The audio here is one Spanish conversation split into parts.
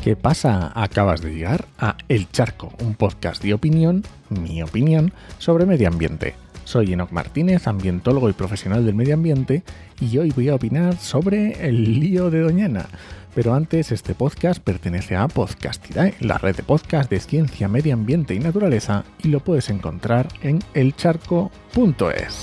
¿Qué pasa? Acabas de llegar a El Charco, un podcast de opinión, mi opinión, sobre medio ambiente. Soy Enoc Martínez, ambientólogo y profesional del medio ambiente, y hoy voy a opinar sobre el lío de Doñana. Pero antes, este podcast pertenece a Podcastidae, la red de podcast de ciencia, medio ambiente y naturaleza, y lo puedes encontrar en elcharco.es.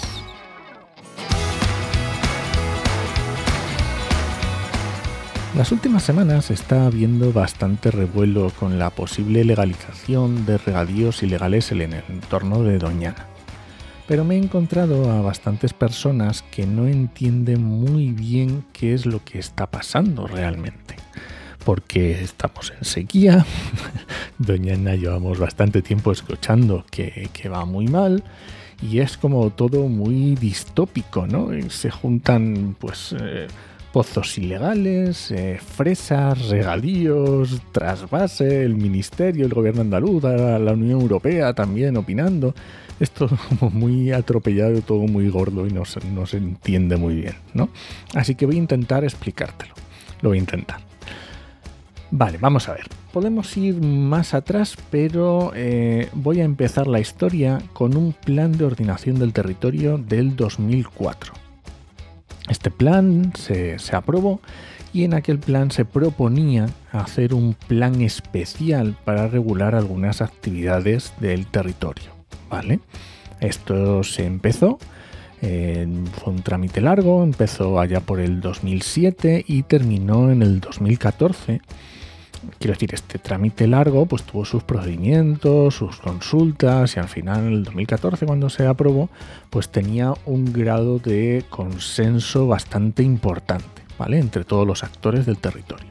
Las últimas semanas está habiendo bastante revuelo con la posible legalización de regadíos ilegales en el entorno de Doñana. Pero me he encontrado a bastantes personas que no entienden muy bien qué es lo que está pasando realmente. Porque estamos en sequía, Doñana llevamos bastante tiempo escuchando que va muy mal, y es como todo muy distópico, ¿no? Y se juntan pozos ilegales, fresas, regadíos, trasvase, el ministerio, el gobierno andaluz, la Unión Europea también opinando. Esto como muy atropellado, todo muy gordo y no se entiende muy bien, ¿no? Así que voy a intentar explicártelo. Lo voy a intentar. Vale, vamos a ver. Podemos ir más atrás, pero voy a empezar la historia con un plan de ordenación del territorio del 2004. Este plan se aprobó y en aquel plan se proponía hacer un plan especial para regular algunas actividades del territorio, ¿vale? Esto se empezó, fue un trámite largo, empezó allá por el 2007 y terminó en el 2014. Quiero decir, este trámite largo pues tuvo sus procedimientos, sus consultas, y al final en el 2014, cuando se aprobó, pues tenía un grado de consenso bastante importante, ¿vale? Entre todos los actores del territorio.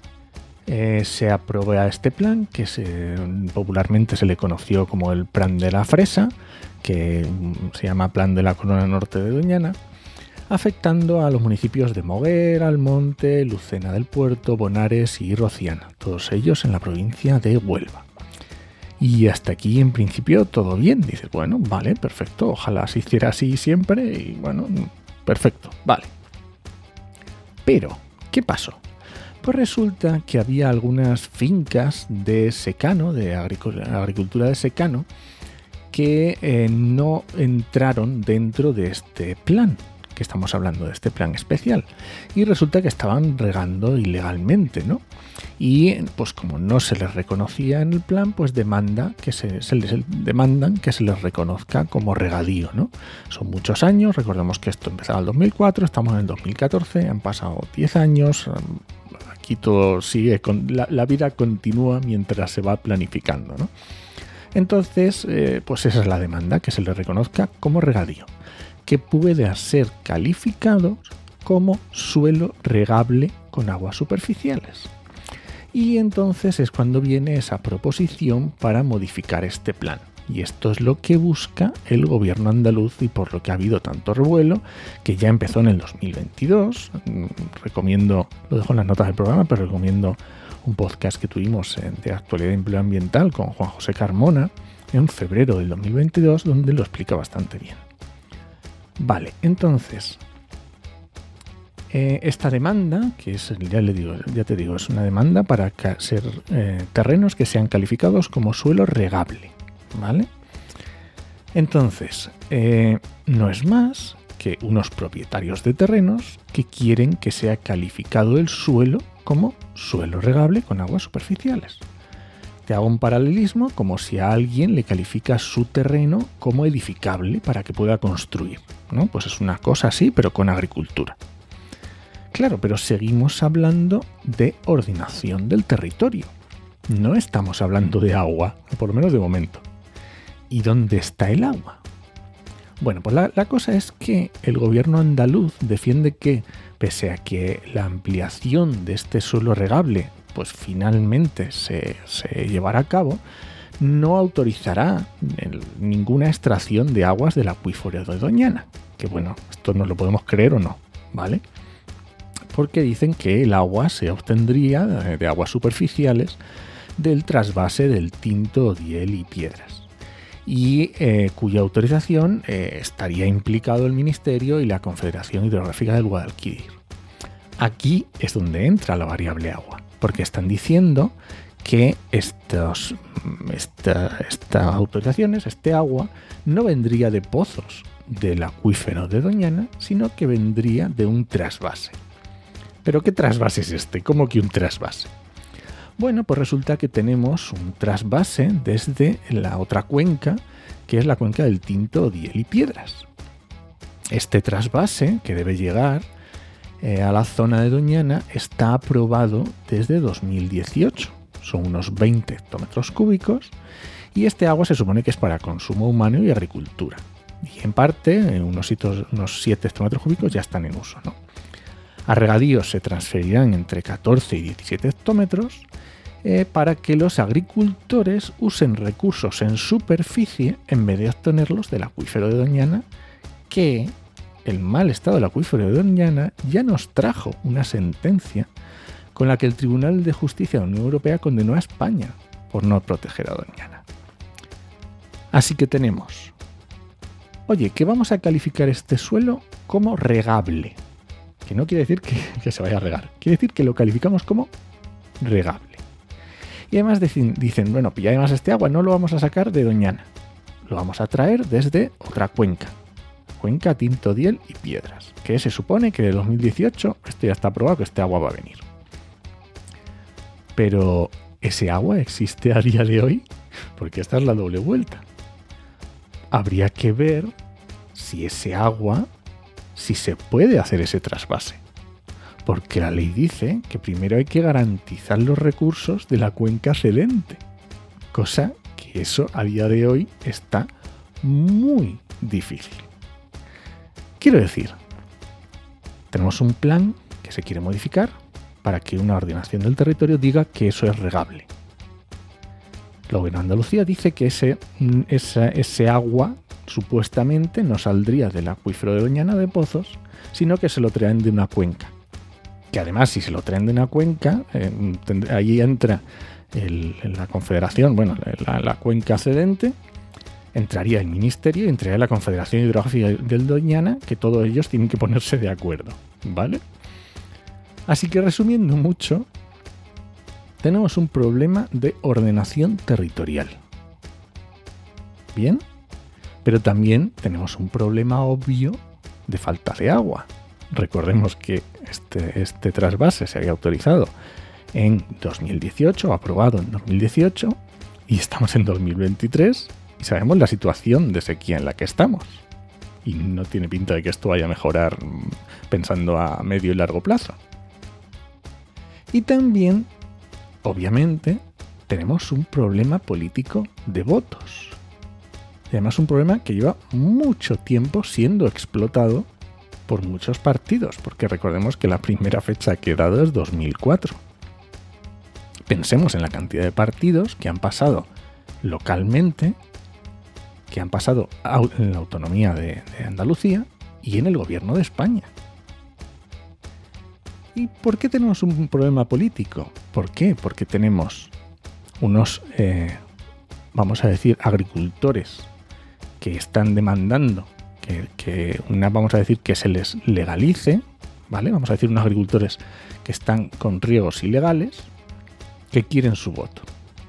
Se aprueba este plan, que popularmente se le conoció como el Plan de la Fresa, que se llama Plan de la Corona Norte de Doñana, afectando a los municipios de Moguer, Almonte, Lucena del Puerto, Bonares y Rociana, todos ellos en la provincia de Huelva. Y hasta aquí, en principio, todo bien. Dices, bueno, vale, perfecto, ojalá se hiciera así siempre, y bueno, perfecto, vale. Pero, ¿qué pasó? Pues resulta que había algunas fincas de secano, de agricultura de secano, que no entraron dentro de este plan, que estamos hablando de este plan especial, y resulta que estaban regando ilegalmente, ¿no? Y pues como no se les reconocía en el plan, pues demandan que se les reconozca como regadío, ¿no? Son muchos años, recordemos que esto empezaba en el 2004, estamos en el 2014, han pasado 10 años, aquí todo sigue, la vida continúa mientras se va planificando, ¿no? Entonces, pues esa es la demanda, que se les reconozca como regadío, que pueda ser calificado como suelo regable con aguas superficiales. Y entonces es cuando viene esa proposición para modificar este plan. Y esto es lo que busca el gobierno andaluz, y por lo que ha habido tanto revuelo, que ya empezó en el 2022. Recomiendo, lo dejo en las notas del programa, pero recomiendo un podcast que tuvimos de actualidad y empleo ambiental con Juan José Carmona en febrero del 2022, donde lo explica bastante bien. Vale, entonces, esta demanda, que es, ya te digo, es una demanda para ser terrenos que sean calificados como suelo regable, ¿vale? Entonces, no es más que unos propietarios de terrenos que quieren que sea calificado el suelo como suelo regable con aguas superficiales. Te hago un paralelismo como si a alguien le califica su terreno como edificable para que pueda construir, ¿no? Pues es una cosa así, pero con agricultura. Claro, pero seguimos hablando de ordenación del territorio. No estamos hablando de agua, por lo menos de momento. ¿Y dónde está el agua? Bueno, pues la cosa es que el gobierno andaluz defiende que, pese a que la ampliación de este suelo regable pues finalmente se llevará a cabo, no autorizará ninguna extracción de aguas del acuífero de Doñana. Que bueno, esto nos lo podemos creer o no, ¿vale? Porque dicen que el agua se obtendría de aguas superficiales del trasvase del Tinto, Diel y Piedras, y cuya autorización estaría implicado el Ministerio y la Confederación Hidrográfica del Guadalquivir. Aquí es donde entra la variable agua. porque están diciendo que estas autorizaciones, este agua, no vendría de pozos del acuífero de Doñana, sino que vendría de un trasvase. ¿Pero qué trasvase es este? ¿Cómo que un trasvase? Bueno, pues resulta que tenemos un trasvase desde la otra cuenca, que es la cuenca del Tinto, Odiel y Piedras. Este trasvase, que debe llegar a la zona de Doñana, está aprobado desde 2018. Son unos 20 hectómetros cúbicos y este agua se supone que es para consumo humano y agricultura. Y en parte, unos 7 hectómetros cúbicos ya están en uso, ¿no? A regadíos se transferirán entre 14 y 17 hectómetros para que los agricultores usen recursos en superficie en vez de obtenerlos del acuífero de Doñana, que el mal estado del acuífero de Doñana ya nos trajo una sentencia con la que el Tribunal de Justicia de la Unión Europea condenó a España por no proteger a Doñana. Así que tenemos, oye, que vamos a calificar este suelo como regable, que no quiere decir que se vaya a regar, quiere decir que lo calificamos como regable. Y además dicen, bueno, y además este agua no lo vamos a sacar de Doñana, lo vamos a traer desde otra cuenca Tinto, Odiel y Piedras, que se supone que de 2018 esto ya está aprobado, que este agua va a venir. Pero ¿ese agua existe a día de hoy? Porque esta es la doble vuelta. Habría que ver si ese agua, si se puede hacer ese trasvase. Porque la ley dice que primero hay que garantizar los recursos de la cuenca cedente. Cosa que eso a día de hoy está muy difícil. Quiero decir, tenemos un plan que se quiere modificar para que una ordenación del territorio diga que eso es regable. El gobierno de Andalucía dice que ese agua supuestamente no saldría del acuífero de Doñana de Pozos, sino que se lo traen de una cuenca. Que además, si se lo traen de una cuenca, ahí entra la Confederación, bueno, la cuenca cedente, entraría el Ministerio y entraría la Confederación Hidrográfica del Doñana, que todos ellos tienen que ponerse de acuerdo, ¿vale? Así que resumiendo mucho, tenemos un problema de ordenación territorial. ¿Bien? Pero también tenemos un problema obvio de falta de agua. Recordemos que este trasvase se había autorizado en 2018, aprobado en 2018, y estamos en 2023 y sabemos la situación de sequía en la que estamos. Y no tiene pinta de que esto vaya a mejorar pensando a medio y largo plazo. Y también, obviamente, tenemos un problema político de votos. Y además un problema que lleva mucho tiempo siendo explotado por muchos partidos, porque recordemos que la primera fecha que he dado es 2004. Pensemos en la cantidad de partidos que han pasado localmente, que han pasado en la autonomía de Andalucía y en el gobierno de España. ¿Y por qué tenemos un problema político? ¿Por qué? Porque tenemos unos, vamos a decir, agricultores que están demandando vamos a decir que se les legalice, ¿vale? Vamos a decir unos agricultores que están con riegos ilegales, que quieren su voto.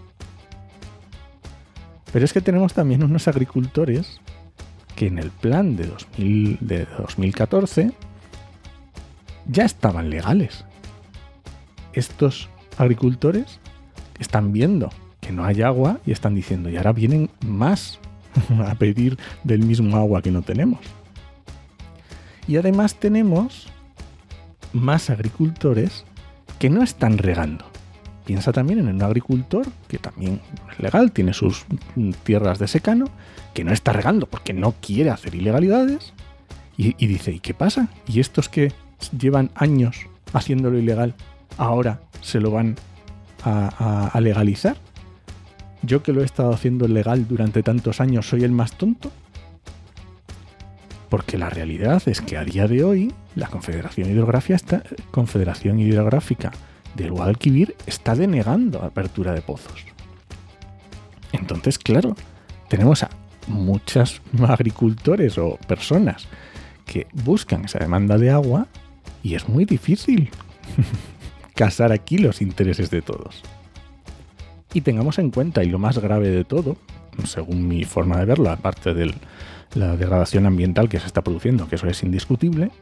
Pero es que tenemos también unos agricultores que en el plan de 2014 ya estaban legales. Estos agricultores están viendo que no hay agua y están diciendo, y ahora vienen más a pedir del mismo agua que no tenemos. Y además tenemos más agricultores que no están regando. Piensa también en un agricultor que también es legal, tiene sus tierras de secano, que no está regando porque no quiere hacer ilegalidades y dice, ¿y qué pasa? ¿Y estos que llevan años haciéndolo ilegal ahora se lo van a legalizar? ¿Yo que lo he estado haciendo legal durante tantos años soy el más tonto? Porque la realidad es que a día de hoy la Confederación Hidrográfica del Guadalquivir está denegando apertura de pozos. Entonces, claro, tenemos a muchos agricultores o personas que buscan esa demanda de agua y es muy difícil casar aquí los intereses de todos. Y tengamos en cuenta, y lo más grave de todo, según mi forma de verlo, aparte de la degradación ambiental que se está produciendo, que eso es indiscutible,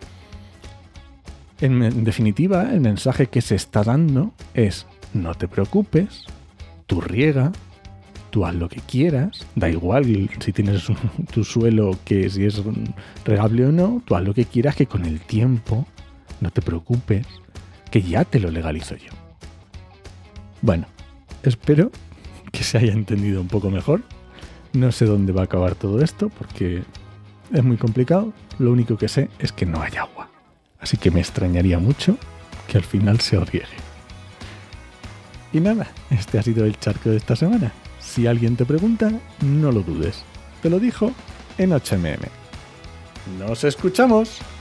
en definitiva, el mensaje que se está dando es: no te preocupes, tú riega, tú haz lo que quieras, da igual si tienes tu suelo, que si es regable o no, tú haz lo que quieras, que con el tiempo, no te preocupes, que ya te lo legalizo yo. Bueno, espero que se haya entendido un poco mejor. No sé dónde va a acabar todo esto porque es muy complicado. Lo único que sé es que no hay agua. Así que me extrañaría mucho que al final se riegue. Y nada, este ha sido el charco de esta semana. Si alguien te pregunta, no lo dudes. Te lo dijo en 8mm. ¡Nos escuchamos!